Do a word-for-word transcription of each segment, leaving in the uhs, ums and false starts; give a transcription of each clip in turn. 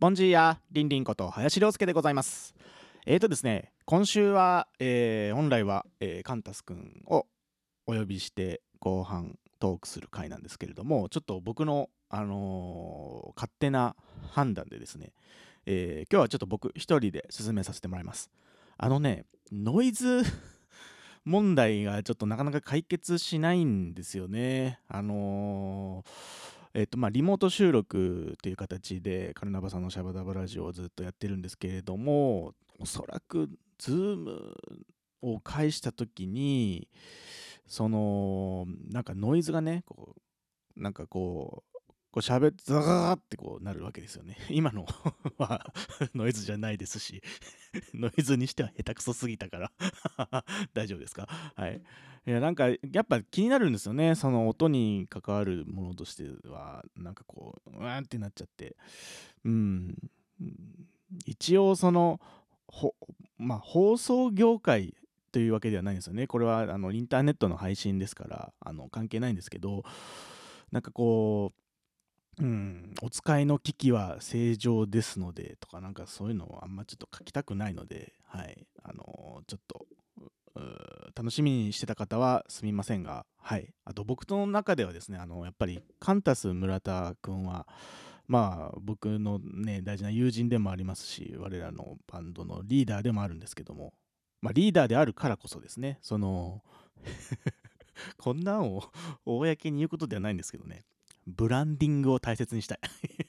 ボンジーやリンリンこと林亮介でございます。えーとですね、今週は、えー本来は、えーカンタスくんをお呼びして後半トークする回なんですけれども、ちょっと僕の、あのー勝手な判断でですね、えー今日はちょっと僕一人で進めさせてもらいます。あのね、ノイズ問題がちょっとなかなか解決しないんですよね。あのーえっとまあリモート収録っていう形でカルナバさんのシャバダバラジオをずっとやってるんですけれども、おそらくズームを介した時にそのなんかノイズがね、こうなんかこうこう喋ってザガーってこうなるわけですよね。今のはノイズじゃないですし、ノイズにしては下手くそすぎたから大丈夫ですか？はい。いや、なんかやっぱ気になるんですよね。その音に関わるものとしては、なんかこう、うわーってなっちゃって。うん。一応その、ほまあ、放送業界というわけではないんですよね。これはあのインターネットの配信ですから、あの関係ないんですけど、なんかこう、うん、お使いの機器は正常ですのでとか、なんかそういうのをあんまちょっと書きたくないので、はい、あのーちょっとうー楽しみにしてた方はすみませんが、はい、あと僕の中ではですね、あのやっぱりカンタス村田くんは、まあ僕のね大事な友人でもありますし、我らのバンドのリーダーでもあるんですけども、まあリーダーであるからこそですね、そのこんなんを公に言うことではないんですけどね、ブランディングを大切にしたい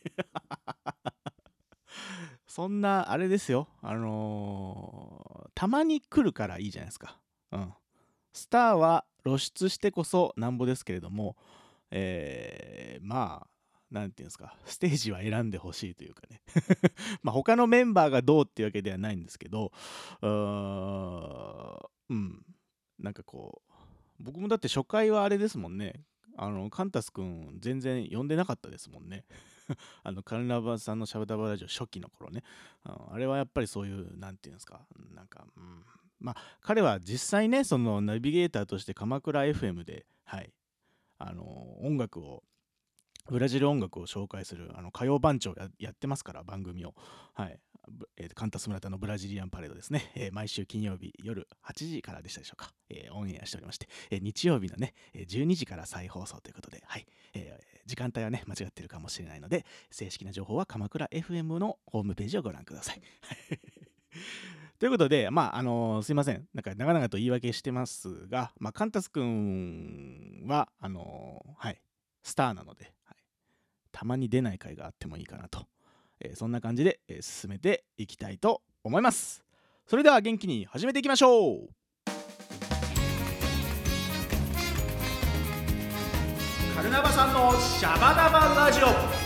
そんなあれですよ、あのーたまに来るからいいじゃないですか。うん。スターは露出してこそなんぼですけれども、えー、まあなんていうんですか、ステージは選んでほしいというかねまあ他のメンバーがどうっていうわけではないんですけど、うーんうんなんかこう、僕もだって初回はあれですもんね、あのカンタスくん全然呼んでなかったですもんねあのカルナバさんのシャバダバラジオ初期の頃ね、ああれはやっぱりそういうなんていうんですか、なんか、うん、まあ彼は実際ね、そのナビゲーターとして鎌倉 エフエム で、はい、あの音楽をブラジル音楽を紹介するあの歌謡番長を や, やってますから、番組を、はい、えーカンタス村田のブラジリアンパレードですね、えー毎週金曜日夜はちじからでしたでしょうか、えーオンエアしておりまして、えー日曜日のねじゅうにじから再放送ということで、はい、えー時間帯はね間違ってるかもしれないので、正式な情報は鎌倉 エフエム のホームページをご覧くださいということで、まああのーすいません、なんか長々と言い訳してますが、まあ、カンタスくんはあのーはいスターなので、はい、たまに出ない回があってもいいかなと、えーそんな感じで、えー進めていきたいと思います。それでは元気に始めていきましょう。カルナバさんのシャバダバラジオ。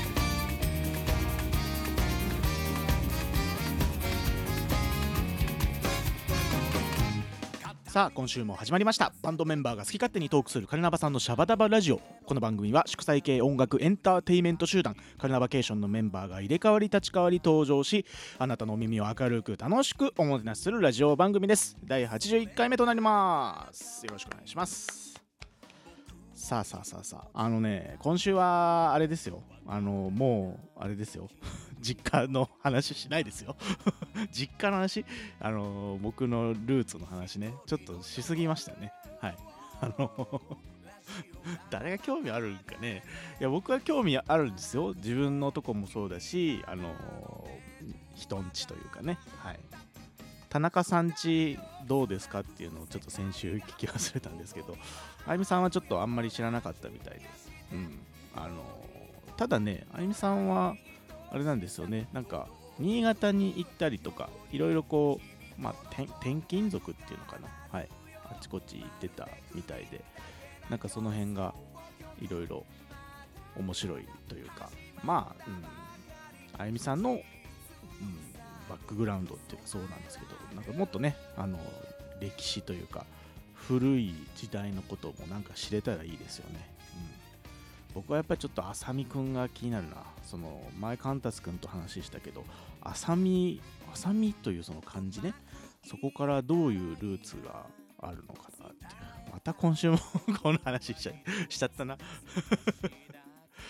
さあ今週も始まりました。バンドメンバーが好き勝手にトークするカルナバさんのシャバダバラジオ。この番組は祝祭系音楽エンターテイメント集団カルナバケーションのメンバーが入れ替わり立ち替わり登場し、あなたのお耳を明るく楽しくおもてなしするラジオ番組です。だいはちじゅういっかいめとなります。よろしくお願いします。さあさあさあさあ、あのね、今週はあれですよ、あのもうあれですよ実家の話しないですよ実家の話、あの僕のルーツの話ね、ちょっとしすぎましたよね。はい、あの誰が興味あるんかね。いや僕は興味あるんですよ、自分のとこもそうだし、あの人んちというかね、はい、田中さんちどうですかっていうのをちょっと先週聞き忘れたんですけど、あゆみさんはちょっとあんまり知らなかったみたいです。うん。あのただね、あゆみさんはあれなんですよね、なんか新潟に行ったりとか、いろいろこう、まあ転転勤族っていうのかな、はい、あちこち行ってたみたいで、なんかその辺がいろいろ面白いというか、まあ、うん、あゆみさんの、うん、バックグラウンドっていうかそうなんですけど、なんかもっとね、あの歴史というか古い時代のこともなんか知れたらいいですよね。うん、僕はやっぱりちょっとあさみくんが気になるな。その前カンタスくんと話したけど、あさみあさみというその漢字ね、そこからどういうルーツがあるのかなっていう。また今週もこの話しちゃしちゃったな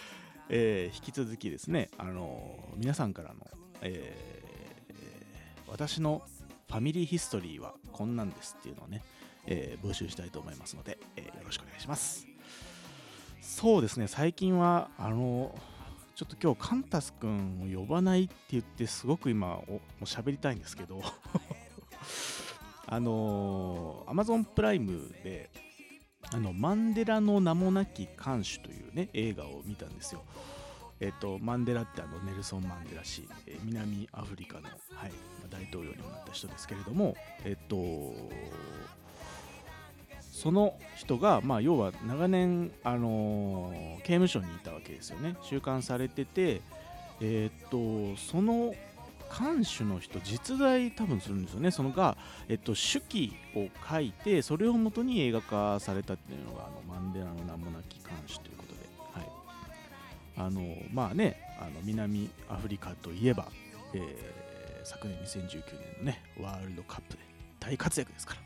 えー引き続きですね、あのー皆さんからの、えー私のファミリーヒストリーはこんなんですっていうのをね、えー募集したいと思いますので、えーよろしくお願いします。そうですね、最近はあのちょっと今日カンタスくんを呼ばないって言ってすごく今おもう喋りたいんですけどあのー、Amazon プライムであのマンデラの名もなき看守というね映画を見たんですよ。えっとマンデラってあのネルソン・マンデラ氏、えー南アフリカの、はい、大統領にもなった人ですけれども、えっとその人が、まあ、要は長年、あのー刑務所にいたわけですよね。収監されてて、えっとその看守の人実在多分するんですよね。そのが、えっと、手記を書いてそれをもとに映画化されたっていうのがあのマンデラの名もなき看守ということで、はい、あのまあね、あの南アフリカといえば、えー昨年にせんじゅうきゅうねんのねワールドカップで大活躍ですから、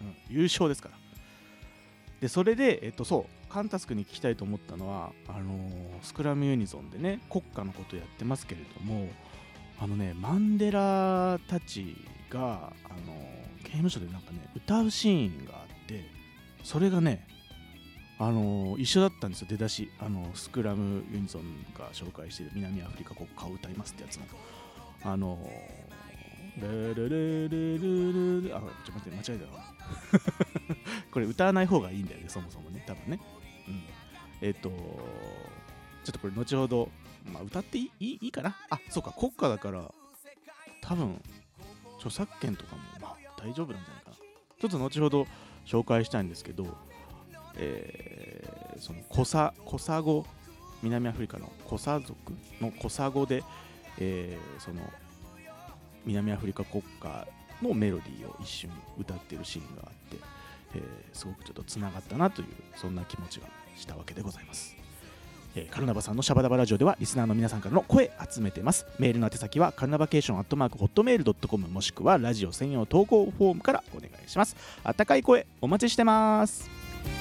うん、優勝ですから。でそれで、えっと、そうカンタスクに聞きたいと思ったのはあのースクラムユニゾンでね国家のことやってますけれども、あのねマンデラたちが、あのー刑務所でなんかね歌うシーンがあって、それがねあのー一緒だったんですよ。出だし、あのースクラムユニゾンが紹介している南アフリカ国歌を歌いますってやつのあのー、レレレレレレあ、ちょっと待って間違えたわこれ歌わない方がいいんだよね、そもそもね、多分ね。うん。えっ、と、ちょっとこれ後ほど、まあ、歌っていい、いいいいかな。あ、そうか、国歌だから、多分、著作権とかも、まあ、大丈夫なんじゃないかな。ちょっと後ほど紹介したいんですけど、えーそのコサ、コサ語、南アフリカのコサ族のコサ語で、えーその南アフリカ国歌のメロディーを一瞬歌っているシーンがあって、えーすごくちょっとつながったなというそんな気持ちがしたわけでございます。えーカルナバさんのシャバダバラジオではリスナーの皆さんからの声集めてます。メールの宛先はカルナバケーションアットマークホットメールドットコムもしくはラジオ専用投稿フォームからお願いします。あったかい声お待ちしてます。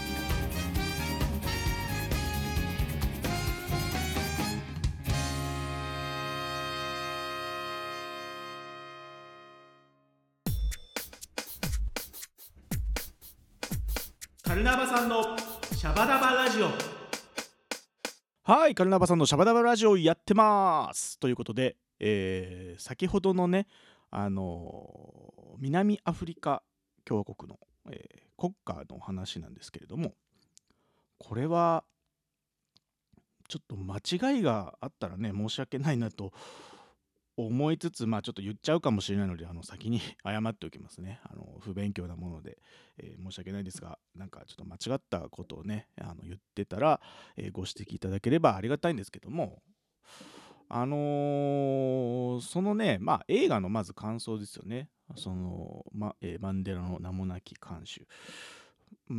カルナバさんのシャバダバラジオ。はい、カルナバさんのシャバダバラジオやってますということで、えー先ほどのね、あのー南アフリカ共和国の、えー国家の話なんですけれども、これはちょっと間違いがあったらね申し訳ないなと思いつつ、まあちょっと言っちゃうかもしれないので、あの先に謝っておきますね。あの不勉強なもので、えー申し訳ないですが、なんかちょっと間違ったことをねあの言ってたら、えーご指摘いただければありがたいんですけども、あのーそのね、まあ映画のまず感想ですよね。その、まえーマンデラの名もなき看守。うん、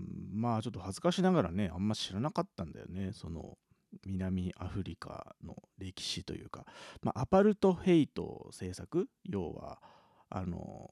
まあちょっと恥ずかしながらね、あんま知らなかったんだよね。その南アフリカの歴史というか、まあ、アパルトヘイト政策、要はあの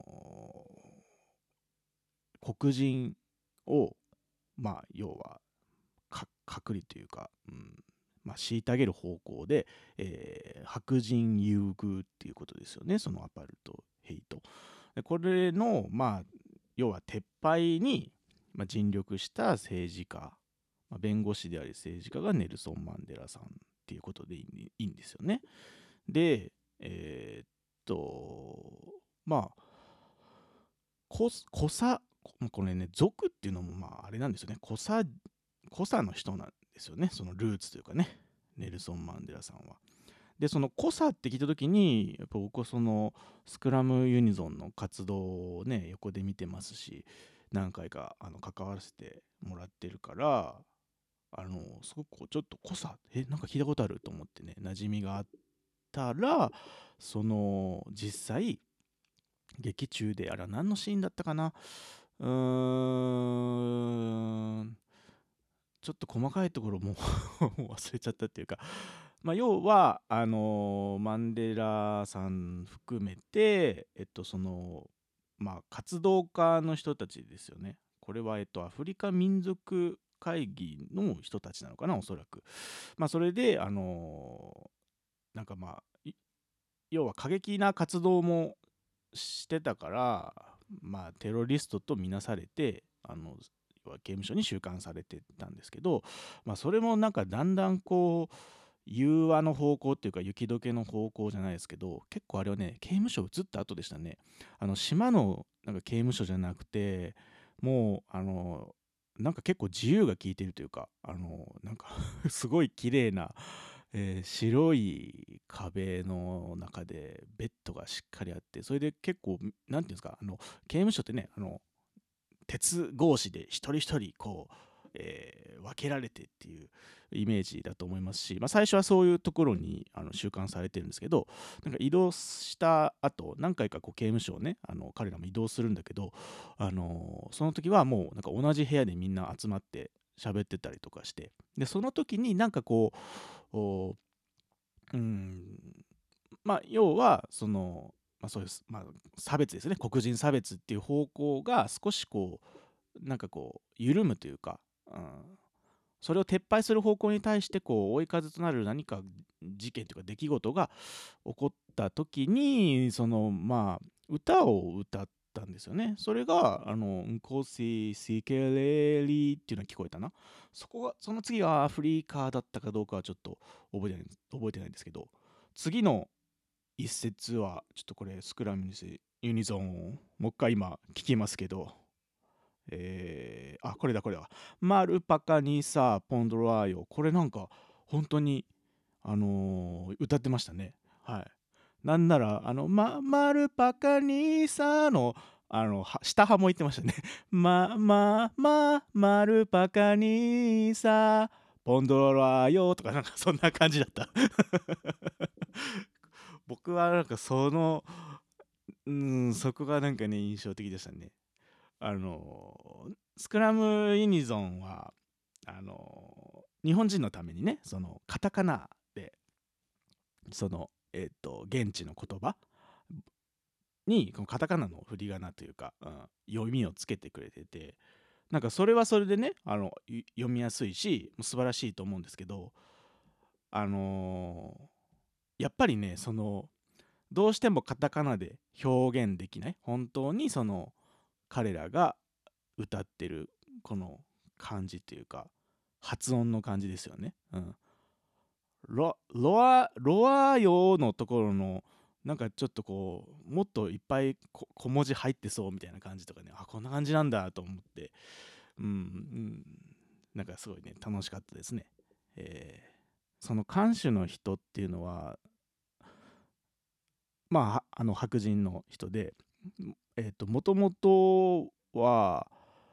ー黒人を、まあ要はか隔離というか、うんまあ、虐げる方向で、えー白人優遇っていうことですよね、そのアパルトヘイト。でこれの、まあ、要は撤廃に、まあ、尽力した政治家、まあ、弁護士であり政治家がネルソン・マンデラさんっていうことでいいいいんですよね。で、えーっと、まあ、ココサ、これね、族っていうのもまああれなんですよね。コサ、コサの人なんですよね。そのルーツというかね、ネルソン・マンデラさんは。で、そのコサって聞いたときに、やっぱ僕はそのスクラムユニゾンの活動をね、横で見てますし、何回かあの関わらせてもらってるから、あの、すごくこうちょっとコサ、え、なんか聞いたことあると思ってね、馴染みがあったら、その実際、劇中で、あれは何のシーンだったかな、うーん、ちょっと細かいところも忘れちゃったっていうか、まあ、要はあのーマンデラさん含めて、えっとそのまあ、活動家の人たちですよね。これは、えっと、アフリカ民族会議の人たちなのかな、おそらく。まあ、それで、あのーなんかまあ、い要は過激な活動もしてたから、まあ、テロリストとみなされて、あの要は刑務所に収監されてたんですけど、まあ、それもなんかだんだんこう融和の方向っていうか雪解けの方向じゃないですけど、結構あれはね、刑務所移った後でしたね。あの島のなんか刑務所じゃなくて、もうあのなんか結構自由が利いてるというか、あのなんかすごい綺麗な、えー白い壁の中でベッドがしっかりあって、それで結構なんていうんですか、あの刑務所ってね、あの鉄格子で一人一人こう、えー分けられてっていうイメージだと思いますし、まあ、最初はそういうところにあの収監されてるんですけど、なんか移動した後何回かこう刑務所をね、あの彼らも移動するんだけど、あのーその時はもうなんか同じ部屋でみんな集まって喋ってたりとかして、でその時になんかこうおうーんまあ要はその、まあ、そういう、まあ、差別ですね、黒人差別っていう方向が少しこうなんかこう緩むというか、うん、それを撤廃する方向に対してこう追い風となる何か事件というか出来事が起こった時に、そのまあ歌を歌ったんですよね。それがあの「ンコシシケレリ」っていうのが聞こえたな。そこがその次がアフリカだったかどうかはちょっと覚えてない覚えてないんですけど、次の一節はちょっとこれスクラムにせユニゾンをもう一回今聞きますけど、えー、あ、これだこれだ。マルパカにさ、ポンドロアーヨ。これなんか、本当に、あのー歌ってましたね。はい。なんなら、あの、ま、マルパカにさの、あの、は下派も言ってましたね。ま、ま、ま、マルパカにさ、ポンドロアーヨとか、なんかそんな感じだった。僕はなんかその、うん、そこがなんかね、印象的でしたね。あのスクラムユニゾンはあの日本人のためにね、そのカタカナでそのえっ、と現地の言葉にこのカタカナの振り仮名というか、うん、読みをつけてくれてて、なんかそれはそれでね、あの読みやすいし素晴らしいと思うんですけど、あのーやっぱりね、そのどうしてもカタカナで表現できない、本当にその彼らが歌ってるこの感じっていうか発音の感じですよね。うん、ロロアロアヨのところのなんかちょっとこうもっといっぱいこ小文字入ってそうみたいな感じとかね、あこんな感じなんだと思って、うん、うん、なんかすごいね楽しかったですね。えーその監守の人っていうのはまあはあの白人の人で、えっ、ともともとは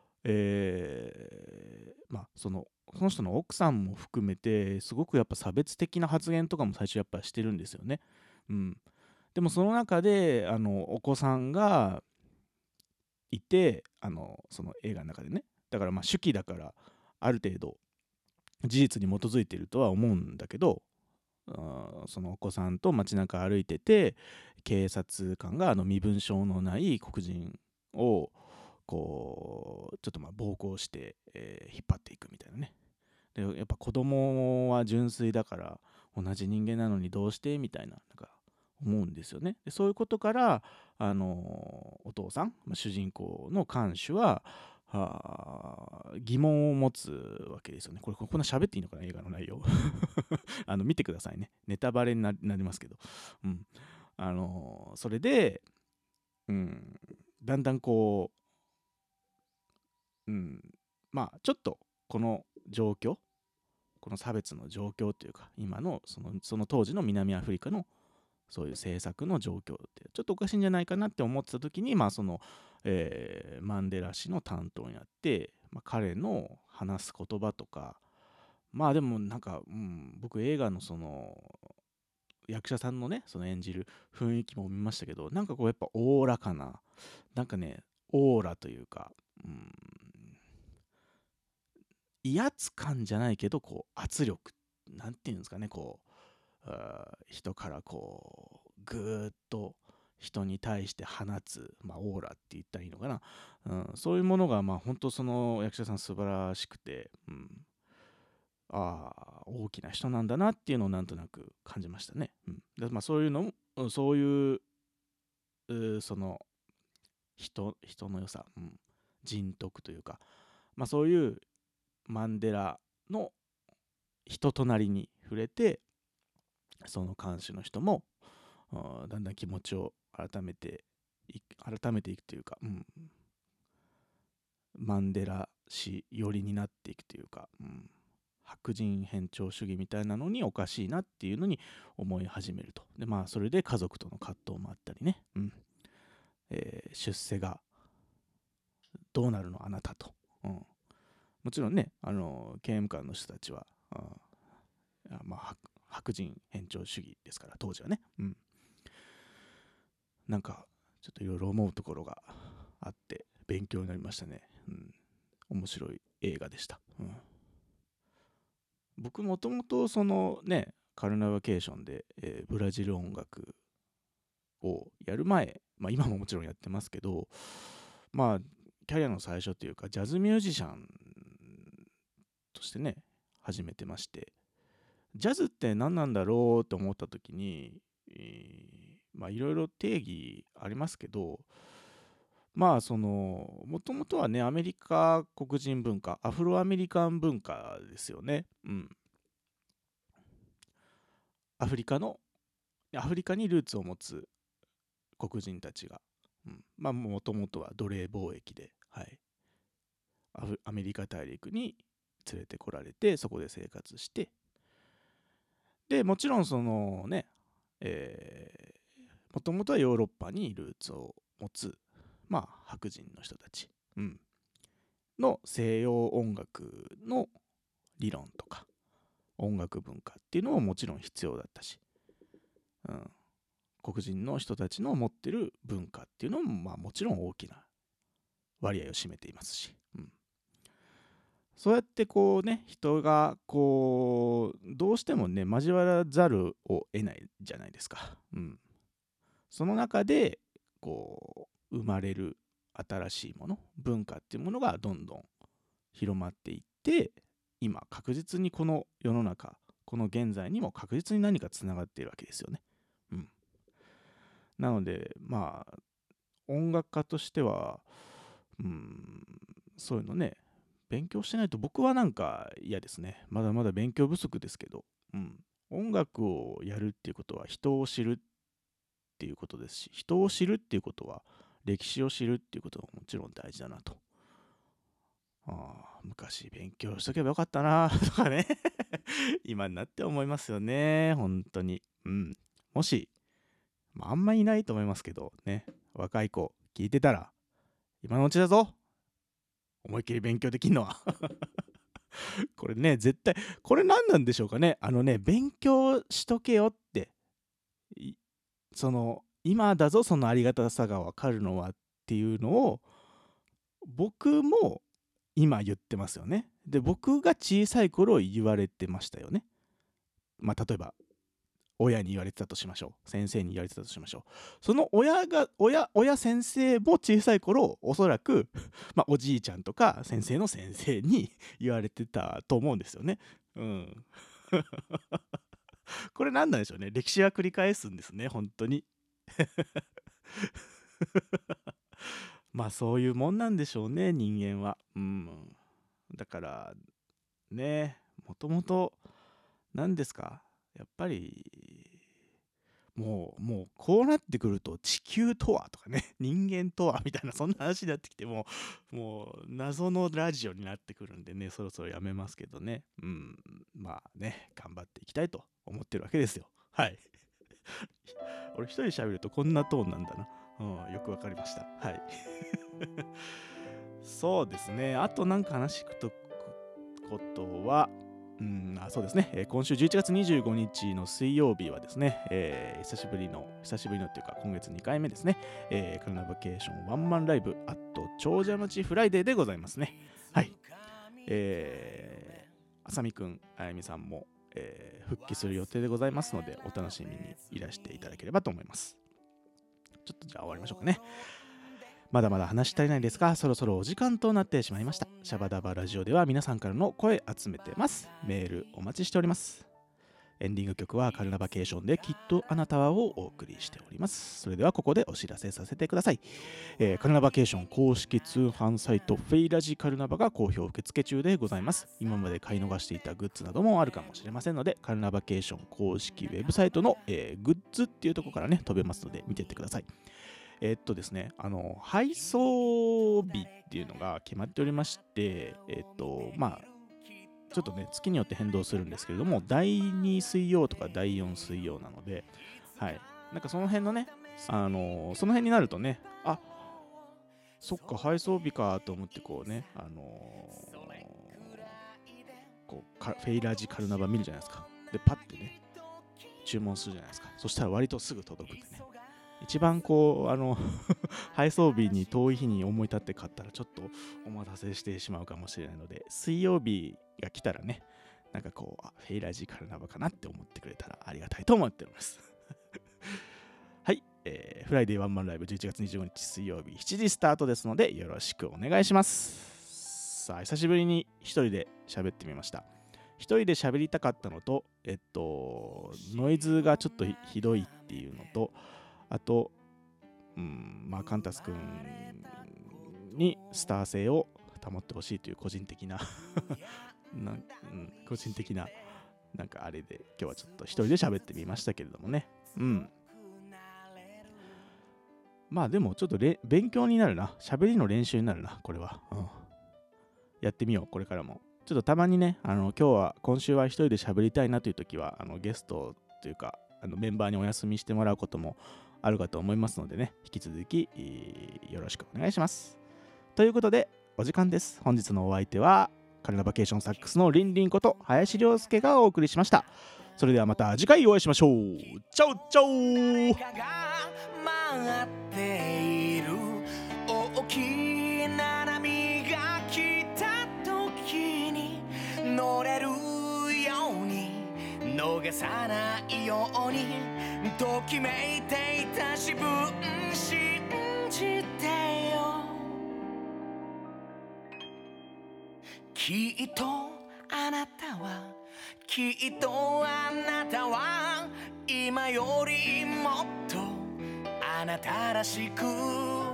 えーまあそのその人の奥さんも含めてすごくやっぱ差別的な発言とかも最初やっぱしてるんですよね。うん、でもその中であのお子さんがいて、あのその映画の中でね、だからまあ手記だからある程度事実に基づいているとは思うんだけど、あそのお子さんと街中歩いてて警察官があの身分証のない黒人をこうちょっとまあ暴行して、えー引っ張っていくみたいなね。でやっぱ子供は純粋だから同じ人間なのにどうしてみたいな、なんか思うんですよね。でそういうことからあのお父さん、まあ、主人公の看守はは疑問を持つわけですよね。これこんな喋っていいのかな、映画の内容。あの見てくださいね。ネタバレにななりますけど。うん。あのそれで、うん、だんだんこう、うん、まあちょっとこの状況、この差別の状況というか、今のそのその当時の南アフリカのそういう政策の状況ってちょっとおかしいんじゃないかなって思ってた時に、まあその、えーマンデラ氏の担当になって、まあ、彼の話す言葉とか、まあでもなんか、うん、僕映画のその役者さんのね、その演じる雰囲気も見ましたけど、なんかこうやっぱおおらかな、なんかね、オーラというか、うん、威圧感じゃないけど、こう圧力、なんていうんですかね、こう、あ人からこう、ぐーっと人に対して放つ、まあ、オーラって言ったらいいのかな、うん、そういうものがまあ本当その役者さん素晴らしくて、うん、ああ大きな人なんだなっていうのをなんとなく感じましたね。うん、でまあ、そういうのもそういううその人人の良さ、うん、人徳というか、まあ、そういうマンデラの人となりに触れて、その監視の人もだんだん気持ちを改めてい改めていくというか、うん、マンデラ氏寄りになっていくというか、うん、白人偏重主義みたいなのにおかしいなっていうのに思い始めると。でまあそれで家族との葛藤もあったりね、うんえー、出世がどうなるのあなたと、うん、もちろんねあの刑務官の人たちはあまあ白人偏重主義ですから当時はね、うん、なんかちょっといろいろ思うところがあって勉強になりましたね。うん、面白い映画でした。うん、僕もともとそのねカルナバケーションで、えーブラジル音楽をやる前、まあ、今ももちろんやってますけど、まあキャリアの最初というかジャズミュージシャンとしてね始めてまして、ジャズって何なんだろうと思った時に、えーまあいろいろ定義ありますけど、まあそのもともとはねアメリカ黒人文化、アフロアメリカン文化ですよね。うん、アフリカのアフリカにルーツを持つ黒人たちが、うん、まあもともとは奴隷貿易で、はい、アフアメリカ大陸に連れてこられてそこで生活して、でもちろんそのね、えー、もともとはヨーロッパにルーツを持つ、まあ、白人の人たち、うん、の西洋音楽の理論とか音楽文化っていうのももちろん必要だったし、うん、黒人の人たちの持ってる文化っていうのも、まあ、もちろん大きな割合を占めていますし、うん、そうやってこうね人がこうどうしてもね交わらざるを得ないじゃないですか。うん、その中でこう生まれる新しいもの文化っていうものがどんどん広まっていって、今確実にこの世の中この現在にも確実に何かつながっているわけですよね。うん、なのでまあ音楽家としては、うん、そういうのね勉強してないと僕はなんか嫌ですね。まだまだ勉強不足ですけど、うん、音楽をやるっていうことは人を知るっていうことですし、人を知るっていうことは歴史を知るっていうことももちろん大事だなと。あ昔勉強しとけばよかったなとかね今になって思いますよね本当に。うん、もし、まあ、あんまいないと思いますけどね、若い子聞いてたら今のうちだぞ、思いっきり勉強できんのはこれね絶対これ何なんでしょうかね。あのね勉強しとけよってその今だぞそのありがたさが分かるのはっていうのを僕も今言ってますよね。で僕が小さい頃言われてましたよね。まあ例えば親に言われてたとしましょう、先生に言われてたとしましょう。その親が親親先生も小さい頃おそらくまあおじいちゃんとか先生の先生に言われてたと思うんですよね。うんこれ何なんでしょうね。歴史は繰り返すんですね本当にまあそういうもんなんでしょうね人間は。うんだからねもともと何ですかやっぱりもうもうこうなってくると地球とはとかね人間とはみたいなそんな話になってきてももう謎のラジオになってくるんでねそろそろやめますけどね。うんまあね頑張っていきたいと思ってるわけですよ。はい俺一人喋るとこんなトーンなんだな。うん、よくわかりました。はいそうですね。あとなんか話聞くとことは、うん、あそうですね、えー今週じゅういちがつにじゅうごにちの水曜日はですね、えー久しぶりの、久しぶりのっていうか今月にかいめですね、えーカルナバケーションワンマンライブアット長者町フライデーでございますね。はい。えー、あさみくん、あやみさんも、えー復帰する予定でございますので、お楽しみにいらしていただければと思います。 ちょっとじゃあ終わりましょうかね。まだまだ話し足りないですが、そろそろお時間となってしまいました。シャバダバラジオでは皆さんからの声集めてます。メールお待ちしております。エンディング曲はカルナバケーションできっとあなたはをお送りしております。それではここでお知らせさせてください。えーカルナバケーション公式通販サイトフェイラジカルナバが好評受付中でございます。今まで買い逃していたグッズなどもあるかもしれませんので、カルナバケーション公式ウェブサイトの、えーグッズっていうところからね飛べますので見てってください。えーっとですね、あの配送日っていうのが決まっておりまして、えーっとまあちょっとね月によって変動するんですけれども、だいに水曜とかだいよん水曜なので、はい、なんかその辺のね、あのその辺になるとね、あ、そっか配送日かと思ってこうね、あのこうフェイラジカルナバ見るじゃないですか。でパッてね注文するじゃないですか。そしたら割とすぐ届くんでね。一番こうあの配送日に遠い日に思い立って買ったらちょっとお待たせしてしまうかもしれないので、水曜日が来たらね、なんかこうあフェイラジカルナバかなって思ってくれたらありがたいと思っておりますはい、えーフライデーワンマンライブじゅういちがつにじゅうごにち水曜日しちじスタートですのでよろしくお願いします。さあ久しぶりに一人で喋ってみました。一人で喋りたかったのと、えっとノイズがちょっと ひ, ひどいっていうのと、あと、うん、まあカンタスくんにスター性を保ってほしいという個人的なな、うん、個人的ななんかあれで今日はちょっと一人で喋ってみましたけれどもね。うん。まあでもちょっとれ勉強になるな。喋りの練習になるな、これは。うん。やってみよう、これからも。ちょっとたまにね、あの今日は今週は一人で喋りたいなという時はあのゲストというかあのメンバーにお休みしてもらうこともあるかと思いますのでね、引き続き、えーよろしくお願いします。ということでお時間です。本日のお相手はカルナバケーションサックスのリンリンこと林亮介がお送りしました。それではまた次回お会いしましょう。チャオチャオ。待っている大きな波が来た時に乗れるように逃さないようにときめいていた自分信じてよ。きっとあなたはきっとあなたは今よりもっとあなたらしく